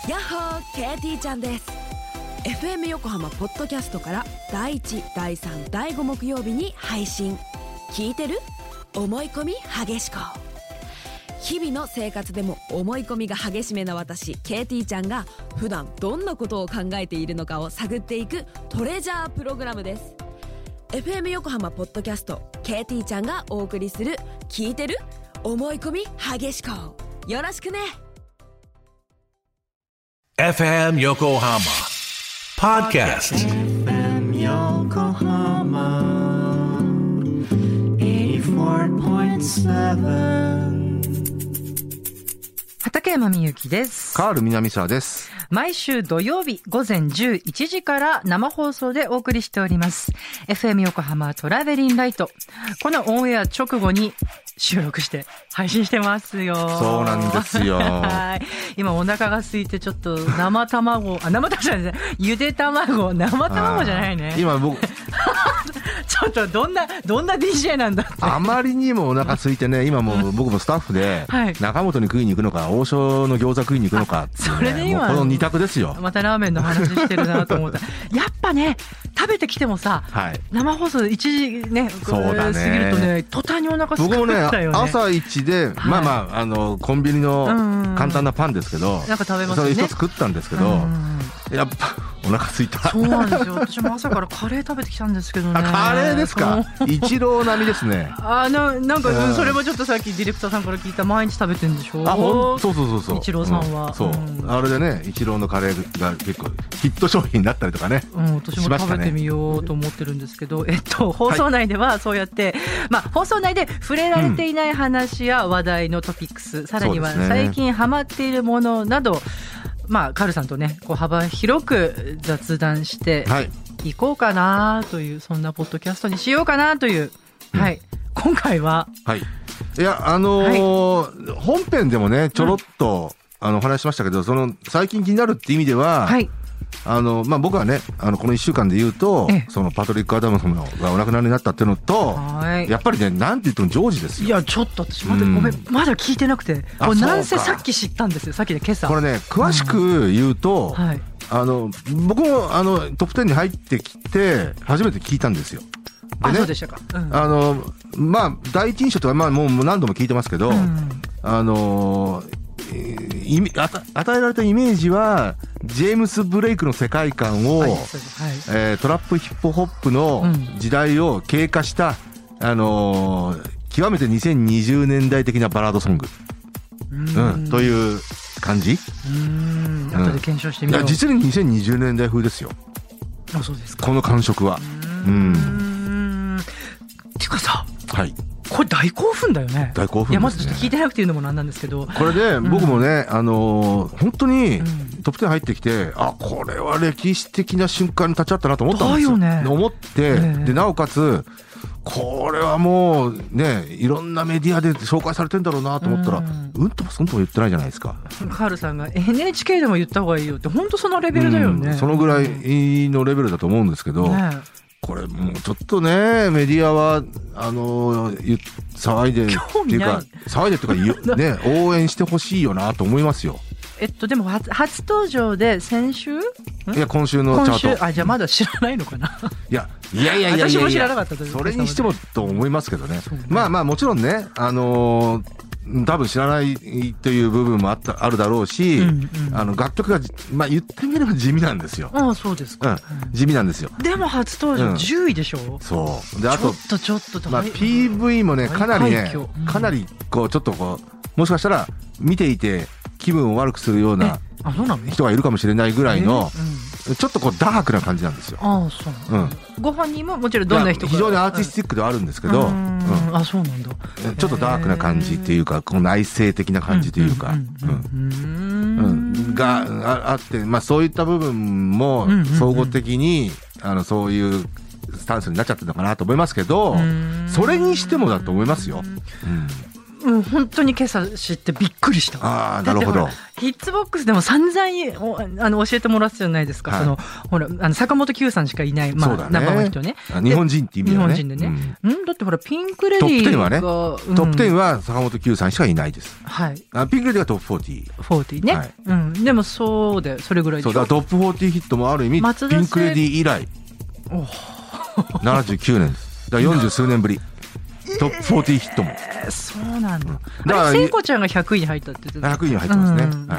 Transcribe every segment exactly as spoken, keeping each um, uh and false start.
やっほー ケーティー ちゃんです。 エフエム 横浜ポッドキャストからだいいち、だいさん、だいご木曜日に配信。聞いてる？思い込み激しこ。日々の生活でも思い込みが激しめな私 ケーティー ちゃんが普段どんなことを考えているのかを探っていくトレジャープログラムです。 エフエム 横浜ポッドキャスト ケーティー ちゃんがお送りする聞いてる？思い込み激しこ。よろしくね。 エフエム 横浜 Podcast エフエム 横浜 エイティーフォーポイントセブン畠山みゆきです。 カール南沢です。 毎週土曜日午前じゅういちじから生放送でお送りしております エフエム 横浜トラベリンライト。このオンエア直後に収録して配信してますよ。 そうなんですよ。 はい。今お腹が空いてちょっと生卵、あ、生卵じゃないですね。ゆで卵、生卵じゃないね。 今僕、 ちょっとどんな、どんな ディージェー なんだって。 あまりにもお腹空いてね、今もう僕もスタッフで、 はい、 中本に食いに行くのか、王将の餃子食いに行くのかっていう、ね、 それで今、 もうこの二択ですよ。 またラーメンの話してるなと思った。やっぱね、食べてきてもさ、はい、生放送いちじね、 そうだね、 過ぎるとね、途端にお腹空くんだよね。 僕もね、朝一で、はい、まあまあ、あの、コンビニの簡単なパンですけど、 なんか食べますね。 それ一つ食ったんですけど、やっぱお腹空いた。 そうなんですよ。私も朝からカレー食べてきたんですけどね。 カレーですか。一郎並みですね。 あななんか、うん、それもちょっとさっきディレクターさんから聞いた。毎日食べてるんでしょ。 あ、ほん、そうそうそうそう。 一郎さんは、 うん、そう、うん、あれでね、一郎のカレーが結構ヒット商品だったりとかね。 うん、私も食べてみようと思ってるんですけど、ね、えっと放送内ではそうやって、はい、まあ放送内で触れられていない話や話題のトピックス、うん、さらには最近ハマっているものなど。まあ、カールさんとね、こう幅広く雑談していこうかなという、はい、そんなポッドキャストにしようかなという、うん、はい、今回は、 はい、いや、あのーはい、本編でもね、ちょろっと、うん、あのお話しましたけど、その最近気になるって意味では、はい、あのまあ、僕はね、あのこのいっしゅうかんで言うと、そのパトリック・アダムソンがお亡くなりになったっていうのと、はい、やっぱりね、なんて言ってもジョージですよ。 いや、ちょっと私まだ、うん、ごめん、まだ聞いてなくて、もうなんせさっき知ったんですよ、さっきで今朝。これね、詳しく言うと、うん、はい、あの僕もあのトップじゅうに入ってきて初めて聞いたんですよ。 あ、ね、そうでしたか。うん、 あのまあ第一印象とか、まあ、もう何度も聞いてますけど、うん、あの与えられたイメージはジェームス・ブレイクの世界観を、はい、えー、トラップヒップホップの時代を経過した、うん、あのー、極めてにせんにじゅうねんだい的なバラードソング、うん、という感じ。 うーん、後で検証してみよう。 いや、実ににせんにじゅうねんだい風ですよ。 あ、そうですか。 この感触は。うーん。うーん。てかさ、 はい。 これ大興奮だよね。 大興奮ですね。 いや、まずちょっと聞いてなくていうのもなんなんですけど、 これで僕もね、うん、あのー、本当にトップじゅう入ってきて、あ、これは歴史的な瞬間に立ち会ったなと思ったんですよ。だよね。思って、えー、でなおかつこれはもうね、いろんなメディアで紹介されてんだろうなと思ったら、うん、うんともそんとも言ってないじゃないですか。 カールさんが エヌエイチケー でも言った方がいいよって、本当そのレベルだよね。 うん、そのぐらいのレベルだと思うんですけど、ね、これもうちょっとね、メディアはあの騒いでっていうか、騒いでっていうかね、応援してほしいよなと思いますよ。 えっとでも初、初登場で先週？いや、今週のチャート。 今週、あ、じゃあまだ知らないのかな。 いやいやいやいやいや、 私も知らなかったという。 それにしてもと思いますけどね。まあまあ、もちろんね、あのー多分知らないという部分もあったあるだろうし、うんうん、あの楽曲が、まあ、言ってみれば地味なんですよ。 ああ、そうですか、 うん、地味なんですよ。 でも初登場じゅういでしょ、うん、 そうで、あとちょっとちょっと、 まあ、ピーブイ もね、かなりね、うん、かなりこうちょっとこうもしかしたら見ていて気分を悪くするような人がいるかもしれないぐらいの、うん、ちょっとこうダークな感じなんですよ。 ああ、そう、うん、ご本人ももちろんどんな人か、 非常にアーティスティックではあるんですけど、うんうん、あ、そうなんだ。 ちょっとダークな感じっていうか、この内省的な感じというか、があって、まあそういった部分も総合的に、あのそういうスタンスになっちゃってるのかなと思いますけど、それにしてもだと思いますよ。 うん、うもう本当に今朝知ってびっくりした。 ああ、なるほど。 ヒッツボックスでも散々あの教えてもらってたじゃないですか、はい、そのほらあの坂本九さんしかいない、まあ、ね、仲間の人ね。 日本人って意味ではね。 日本人でね、うん、だってほらピンクレディーがトップテンはね、うん、トップテンは坂本九さんしかいないです。 はい。 あピンクレディーがトップフォーティー。 フォーティーね、はい、うん。でもそうでそれぐらいでしょ。 そうだトップフォーティーヒットもある意味ピンクレディー以来ななじゅうきゅうねんです。だからよんじゅう数年ぶり。トップフォーティーヒットも、 えー、そうなんだ。だから聖子ちゃんがひゃくいに入ったって言ってた。 ひゃくいに入ってますね、うんはい、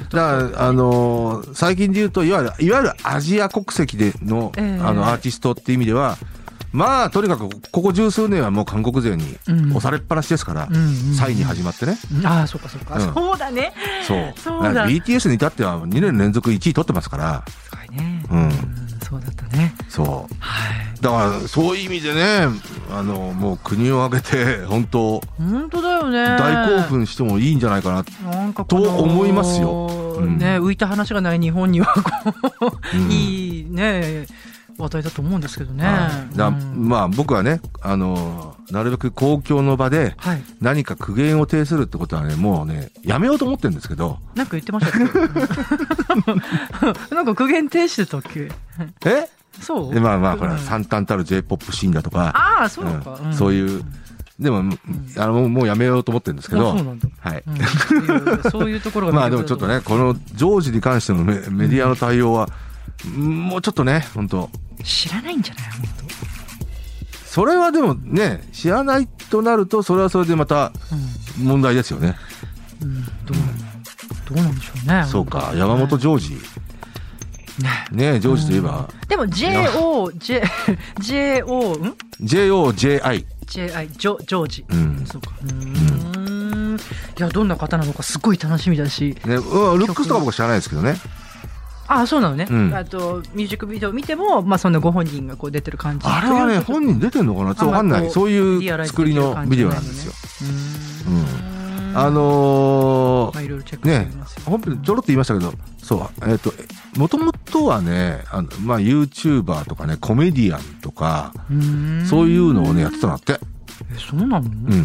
だからあのー、最近で言うといわゆるいわゆるアジア国籍で の,、えー、あのアーティストっていう意味ではまあとにかくここ十数年はもう韓国勢に押されっぱなしですから、うん、サイに始まってね、 うん、ああそうかそうか、うん、そうだね。 そうそうだビーティーエス に至ってはにねん連続いちい取ってますから。 すごいね、 うん、 そうだったね。 そう、 はい、 だからそういう意味でねあのもう国を挙げて本当本当だよね。 大興奮してもいいんじゃないかななんかと思いますよ、 うん、ね浮いた話がない日本にはこう、うん、いいね話題だと思うんですけどね、はい、だ、うん、まあ僕はねあのなるべく公共の場で何か苦言を呈するってことはねもうねやめようと思ってるんですけど。 なんか言ってましたっけなんか苦言呈してたっけ。 えそうでまあまあほら惨憺たる J-ポップ シーンだとかああそうか、 うん、そういうでも、うん、あのもうやめようと思ってるんですけど。 そうなんだ、 はいうん、そういうところがまあでもちょっとねこのジョージに関しての メ, メディアの対応は、うん、もうちょっとね本当知らないんじゃない本当。 それはでもね知らないとなるとそれはそれでまた問題ですよね、 うんうん、どう, どうなんでしょうね。 そうか山本ジョージねえジョージといえば、 うん、でも ジェイオー ジェイオー んジェイオージェイアイジェイアイ ジョジョージ、 うん、 そうかうーんいやどんな方なのかすごい楽しみだし、 ね、うんルックスとか僕知らないですけどね。 ああそうなのね、うん、あとミュージックビデオ見ても、まあ、そんなご本人がこう出てる感じ。 あれはね本人出てんのかなちょっと分かんない。そういう作りのビデオなんですよ。うーん、うん、あのー、 まあ、いろいろチェックしてみますよ、 ね、本当にちょろっと言いましたけどそうえっ、ー、ともともとはねあの、まあ、YouTuber とかねコメディアンとかそういうのをねやってたんだって。えそうなの、うん、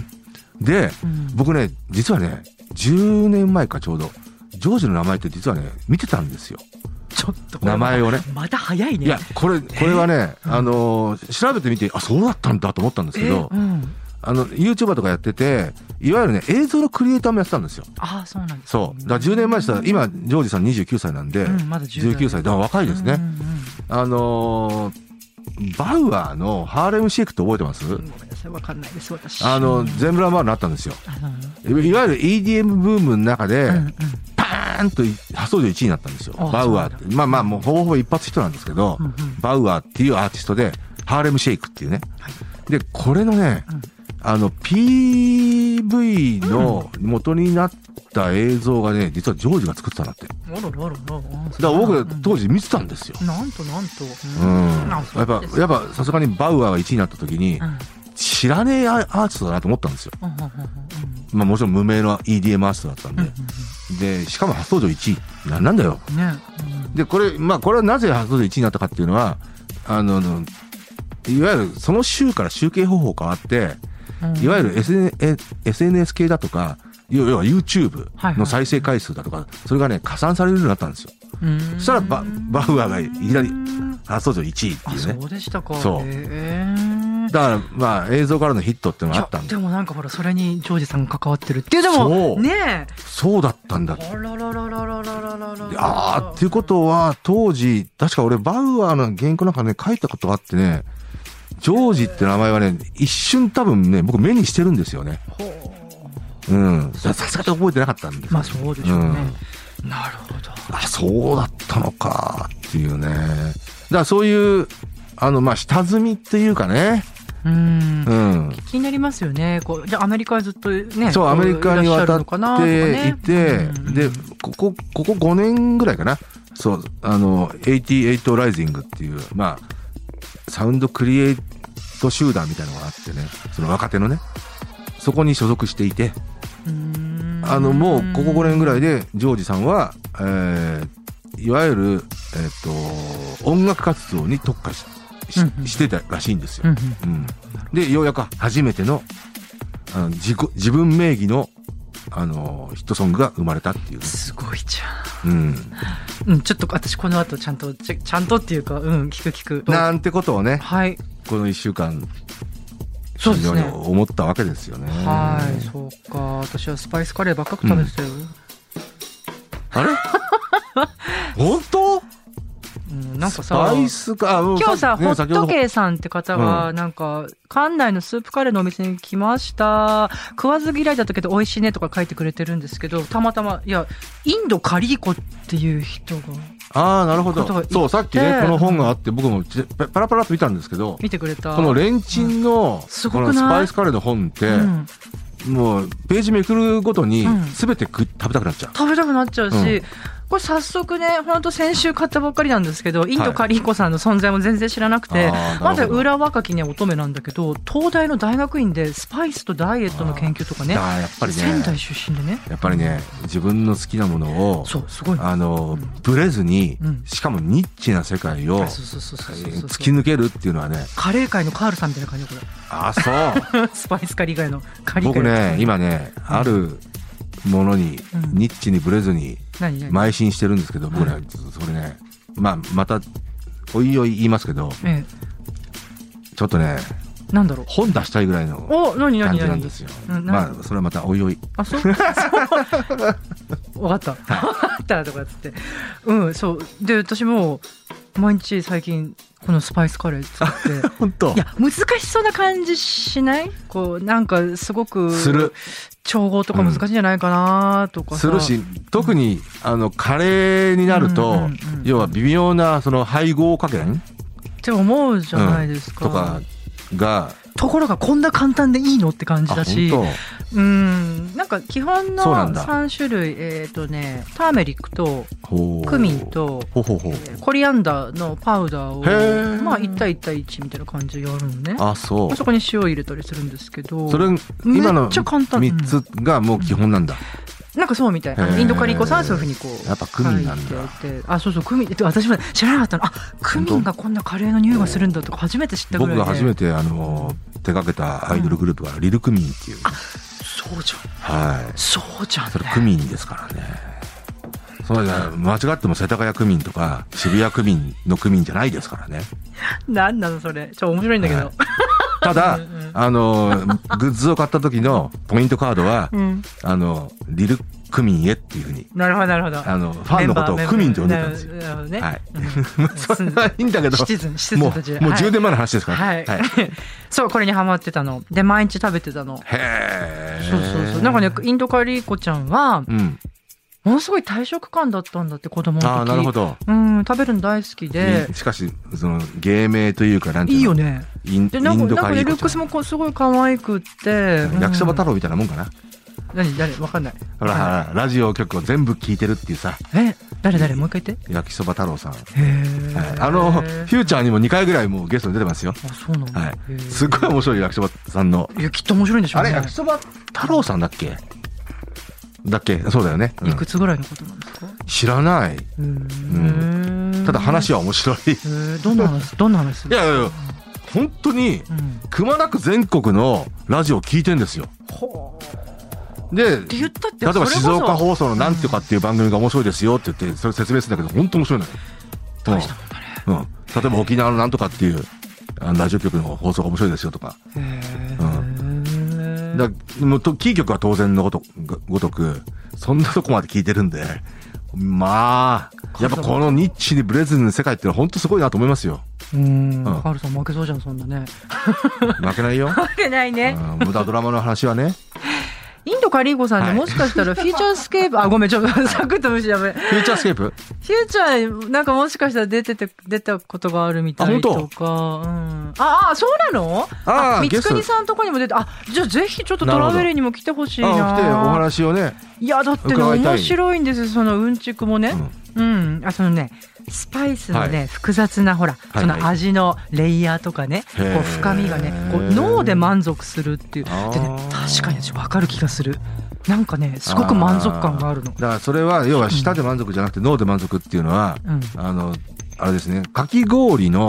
で、うん、僕ね実はねじゅうねんまえかちょうどジョージの名前って実はね見てたんですよ。 ちょっと名前をねまた早いね。 いやこれこれはね、えー、あの調べてみてあそうだったんだと思ったんですけど、えーうん、あの YouTuber とかやってていわゆるね映像のクリエイターもやってたんですよ。 あそうなんです、 そうだからじゅうねんまえでしたら今ジョージさんにじゅうきゅうさいなんで、うん、まだじゅうきゅうさいだから若いですね、うんうんうん、あのーバウアーのハーレムシェイクって覚えてます？ ごめんなさい分かんないです私。 あの全部ラマーになったんですよ。いわゆる イーディーエム ブームの中で、うんうん、パーンと初登場いちいになったんですよ。バウアーってまあまあもうほぼほぼ一発ヒットなんですけど、うんうん、バウアーっていうアーティストでハーレムシェイクっていうね、はい、でこれのね、うん、あの ピーブイ の元になった映像がね実はジョージが作ってたんだって。 あらららら。だから僕当時見てたんですよ。 なんとなんと。 うん。やっぱやっぱさすがにバウアーがいちいになった時に、うん、知らねえアーティストだなと思ったんですよ。うんうんうんうん、まあもちろん無名の イーディーエム アーティストだったんで、うんうんうん、でしかも初登場いちいなんなんだよ。ねうん、でこれまあこれはなぜ初登場いちいになったかっていうのはあのいわゆるその週から集計方法変わって、うん、いわゆる エスエヌエス 系だとか。要は YouTube の再生回数だとか、はいはい、それがね加算されるようになったんですよ。そしたら バ, バウアーがいきなり初登場いちいっていうね。 あそうでしたか。 そうだからまあ映像からのヒットっていうのがあったんで。 でもなんかほらそれにジョージさんが関わってるっていうでもそうねそうだったんだ。 あらららららららららあーっていうことは当時確か俺バウアーの原稿なんかね書いたことがあってねジョージって名前はね一瞬多分ね僕目にしてるんですよね。ほううん、さすがに覚えてなかったんです。 まあそうでしょうね、うん、なるほど。 あそうだったのかっていうね。だからそういうあのまあ下積みっていうかねうん、うん、気になりますよね。こうじゃあアメリカはずっとねそうアメリカに渡っていて、ね、でここここごねんぐらいかなそうあのはちじゅうはちライジングっていうまあサウンドクリエイト集団みたいなのがあってねその若手のねそこに所属していてあのもうここごねんぐらいでジョージさんは、えー、いわゆる、えー、と音楽活動に特化 し,、うんうん、してたらしいんですよ、うんうんうん、でようやく初めてのあの 自, 自分名義のあのヒットソングが生まれたっていう、ね、 すごいじゃん、うんうん、ちょっと私この後ちゃんとちゃんとっていうか、うん、聞く聞くなんてことをね、 はい、 このいっしゅうかんそうですね、 思ったわけですよね。 はい、そうか。私はスパイスカレーばっかり食べてたよ、うん、 あれ本当？ うん、なんかさ、 今日さ、ホットケイさんって方が、なんか、館内のスープカレーのお店に来ました。食わず嫌いだったけど美味しいねとか書いてくれてるんですけど、たまたま、いや、インドカリーコっていう人が。 ああ、なるほど。そう、さっきね、この本があって、僕もパラパラっと見たんですけど、 見てくれた。 このレンチンの、このスパイスカレーの本って、もう、ページめくるごとに、すべて食べたくなっちゃう。 食べたくなっちゃうし、これ早速ね、本当先週買ったばっかりなんですけど、インドカリーコさんの存在も全然知らなくて、はい、まだ裏若きね乙女なんだけど、東大の大学院でスパイスとダイエットの研究とかね、 やっぱりね、 仙台出身でね、 やっぱりね、自分の好きなものを、 そうすごい、 あの、うん、ブレずに、うん、しかもニッチな世界を突き抜けるっていうのはね、 カレー界のカールさんみたいな感じこれ。 あ、そうスパイスカリー界のカリー界。 僕ね、今ね、うん、あるものに、うん、ニッチにブレずに邁進してるんですけど、僕ね、それね、まあ、またおいおい言いますけど、ええ、ちょっとね、 なんだろう、 本出したいぐらいの感じなんですよ。まあそれはまたおいおい。 あ、そう。分かった分かったとかっつって、うん、そうで、私も毎日最近このスパイスカレー作って本当、 いや難しそうな感じしない？こうなんかすごくする調合とか難しいんじゃないかなとかさ、 うん、するし、特にあのカレーになると、うんうんうん、要は微妙なその配合加減って思うじゃないですか、 うん、とかが、 ところがこんな簡単でいいのって感じだし、うん、なんか基本のさん種類、えっとね、ターメリックとクミンとほほほコリアンダーのパウダーをまあいち対いち対いちみたいな感じでやるのね。 あ、そう。 そこに塩入れたりするんですけど、 それ今のみっつがもう基本なんだ。 なんかそうみたい。あのインドカリーコさんはそういうふうにこうやっぱクミンなんだ。 あ、そうそう、クミンって私も知らなかったの。あ、クミンがこんなカレーの匂いがするんだとか初めて知ったぐらいで。 僕が初めてあの手掛けたアイドルグループがリルクミンっていう。 あ、そうじゃん。はい。 そうじゃん、ね。 それクミンですからね。それ間違っても世田谷区民とか渋谷区民の区民じゃないですからね。 なんなのそれ。ちょっと面白いんだけど。はい、 ただ、うんうん、あのグッズを買った時のポイントカードは、うん、あのリル区民へっていうふうに、 なるほどなるほど、 あのファンのことを区民と呼んでたんですよ。なるほどね。はい。うん、それはいいんだけど、 シチズンシチズンたちもうもうじゅうねんまえの話ですから。 はい。はい、そう、これにハマってたので毎日食べてたの。 へー。 そうそうそう。なんかね、インドカリーコちゃんは、うん、ものすごい大食感だったんだって、子供の時。 ああ、なるほど。 うん、食べるの大好きで。 しかしその芸名というか、なんていうの、 いいよね。 インドカリーコちゃん。 なんかルックスもこうすごい可愛くって、 うん、焼きそば太郎みたいなもんかな。 何誰わかんない。 ほら、はい、ラジオ局を全部聞いてるっていうさ。 え、誰誰もう一回言って。 焼きそば太郎さん。へえ、 はい。あのフューチャーにもにかいぐらいもうゲストに出てますよ。 あ、そうなの。 はい。すごい面白い焼きそばさんの。 いや、きっと面白いんでしょうね。 あれ、焼きそば太郎さんだっけ？だっけ？そうだよね。 うん、いくつぐらいのことなんですか？ 知らない。 うん。 ただ話は面白い。 どんな話？どんな話？ いやいやいや、本当にくまなく全国のラジオを聞いてんですよ。 ほう。 で、例えば静岡放送のなんていうかっていう番組が面白いですよって言ってそれ説明するんだけど、本当面白いのよ。 大したもんだね。 うん。例えば沖縄のなんとかっていうラジオ局の放送が面白いですよとか。 へー。うん。 だもうキー局は当然のごとごとくそんなとこまで聞いてるんで、まあやっぱこのニッチにブレずにの世界ってのは本当すごいなと思いますよ。 うん。カールさん負けそうじゃん、そんなね。 負けないよ。 負けないね。 無駄ドラマの話はね。 インドカリーコさんでもしかしたらフューチャースケープ、あ、ごめん、ちょっとサクッと無視やべ。 フューチャースケープ？ フューチャーなんかもしかしたら出てて出たことがあるみたいとか、うん、ああ、そうなの？ああ、三つ国さんとこにも出て、あ、じゃあぜひちょっとトラベリーにも来てほしいな。 あ、来てお話をね。 いやだってね、面白いんですよ、そのうんちくもね。うん、うん、あ、そのね。スパイスのね、はい、複雑なほら、はいはい、その味のレイヤーとかね、こう深みがね、こう脳で満足するっていうでね、確かに私分かる気がする。なんかね、すごく満足感があるの。 だからそれは要は舌で満足じゃなくて脳で満足っていうのは、うん、あのあれですね、かき氷の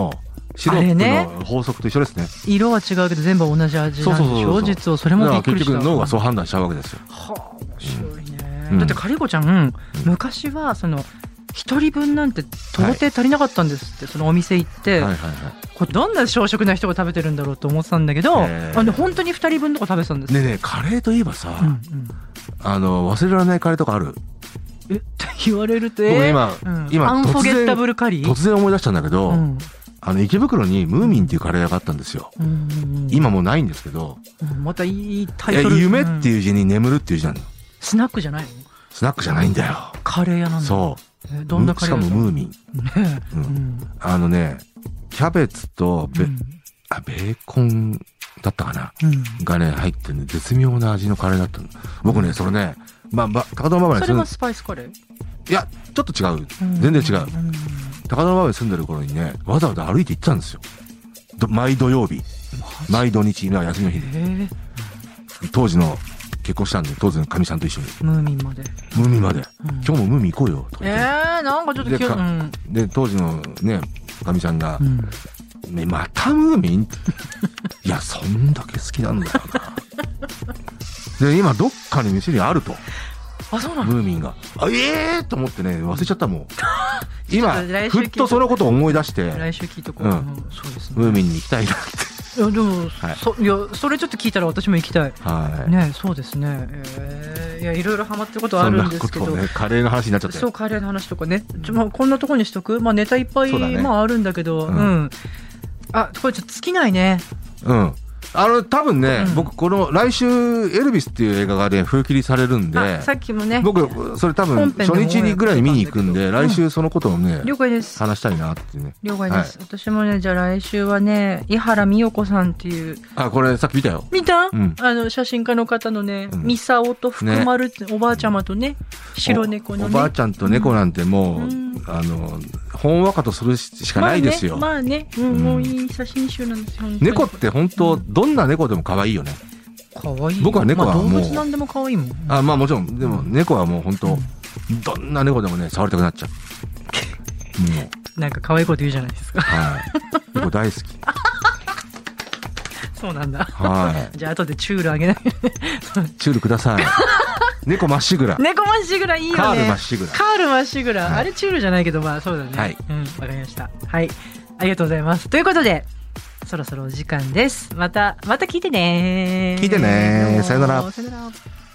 シロップの法則と一緒ですね。 色は違うけど全部同じ味なんでしょ。そうそうそうそう、実はそれもびっくりした。 結局脳がそう判断しちゃうわけですよ。 はあ、面白いね、うん、だってカリコちゃん、うん、昔はその一人分なんて到底足りなかったんですって、はい、そのお店行って、はいはいはい、これどんな小食な人が食べてるんだろうと思ってたんだけど、あの本当に二人分とか食べてたんですね。えねえカレーといえばさ、うんうん、あの忘れられないカレーとかある？ えって言われると、えー、 今、うん、今アンフォゲッタブルカリー突然思い出したんだけど、うん、あの池袋にムーミンっていうカレー屋があったんですよ、うんうんうん、今もうないんですけど、 うん、またいいタイトル。 夢っていう字に眠るっていう字なの。 スナックじゃないの？ スナックじゃないんだよ。 カレー屋なんだ。 そう。 えどんなカレー屋？ しかもムーミン、 ねうん、 あのねキャベツとベ、うん、あベーコンだったかな、うん、がね入ってるね絶妙な味のカレーだったの。僕ねそれねまあま高田馬場に住んで、 それもスパイスカレー？いやちょっと違う、うん、全然違う、うん、高田馬場に住んでる頃にねわざわざ歩いて行ってたんですよ。毎土曜日毎土日今休みの日で当時の結婚したんで当時のかみさんと一緒にムーミンまでムーミンまで、うん、今日もムーミン行こうよとか言って、 えー、なんかちょっとで、うん、で当時のねかみさんが、うんね、またムーミンいやそんだけ好きなんだよなで今どっかに店にあると。 あそうなの？ ムーミンがあええー、と思ってね忘れちゃったもん今ふっとそのことを思い出して来週聞いとこう、うん、そうですね、 ムーミンに行きたいなっていやでも、はい、そいやそれちょっと聞いたら私も行きたい、はい、ねそうですね、えー、いやいろいろハマってることはあるんですけど、 ね、カレーの話になっちゃってそうカレーの話とかね、ちょ、まあ、こんなとこにしとく、まあ、ネタいっぱい、ねまあ、あるんだけど、うんうん、あこれちょっと尽きないね。 うんあの多分ね、うん、僕この来週エルビスっていう映画がね封切りされるんで、 さっきもね僕それ多分初日にぐらいに見に行くんで、うん、来週そのことをね了解です。 話したいなってね。 了解です、はい、私もねじゃあ来週はね井原美代子さんっていうあこれさっき見たよ。 見た、うん、あの写真家の方のね、うん、ミサオと福丸って、ね、おばあちゃまとね白猫のね お, おばあちゃんと猫なんてもう、うん、あのほんわかとするしかないですよ。 まあね、まあね、うん、もういい写真集なんですよ。 猫って本当、うん、どんな猫でも可愛いよね。 可愛い。 僕は猫はもう、まあ、 動物なんでも可愛いもん。 あまあもちろんでも猫はもう本当、うん、どんな猫でもね触りたくなっちゃう。もうなんか可愛いこと言うじゃないですか。 はい。猫大好き。 そうなんだ。 はい。 じゃあ後でチュールあげない。 チュールください。猫まっしぐら。 猫まっしぐらいいよね。 カールまっしぐら。 カールまっしぐら、はい、あれチュールじゃないけどまあそうだね。 はい。 うんわかりました。はいありがとうございます。ということでそろそろお時間です。またまた聞いてね。 聞いてね。さよなら。 さよなら。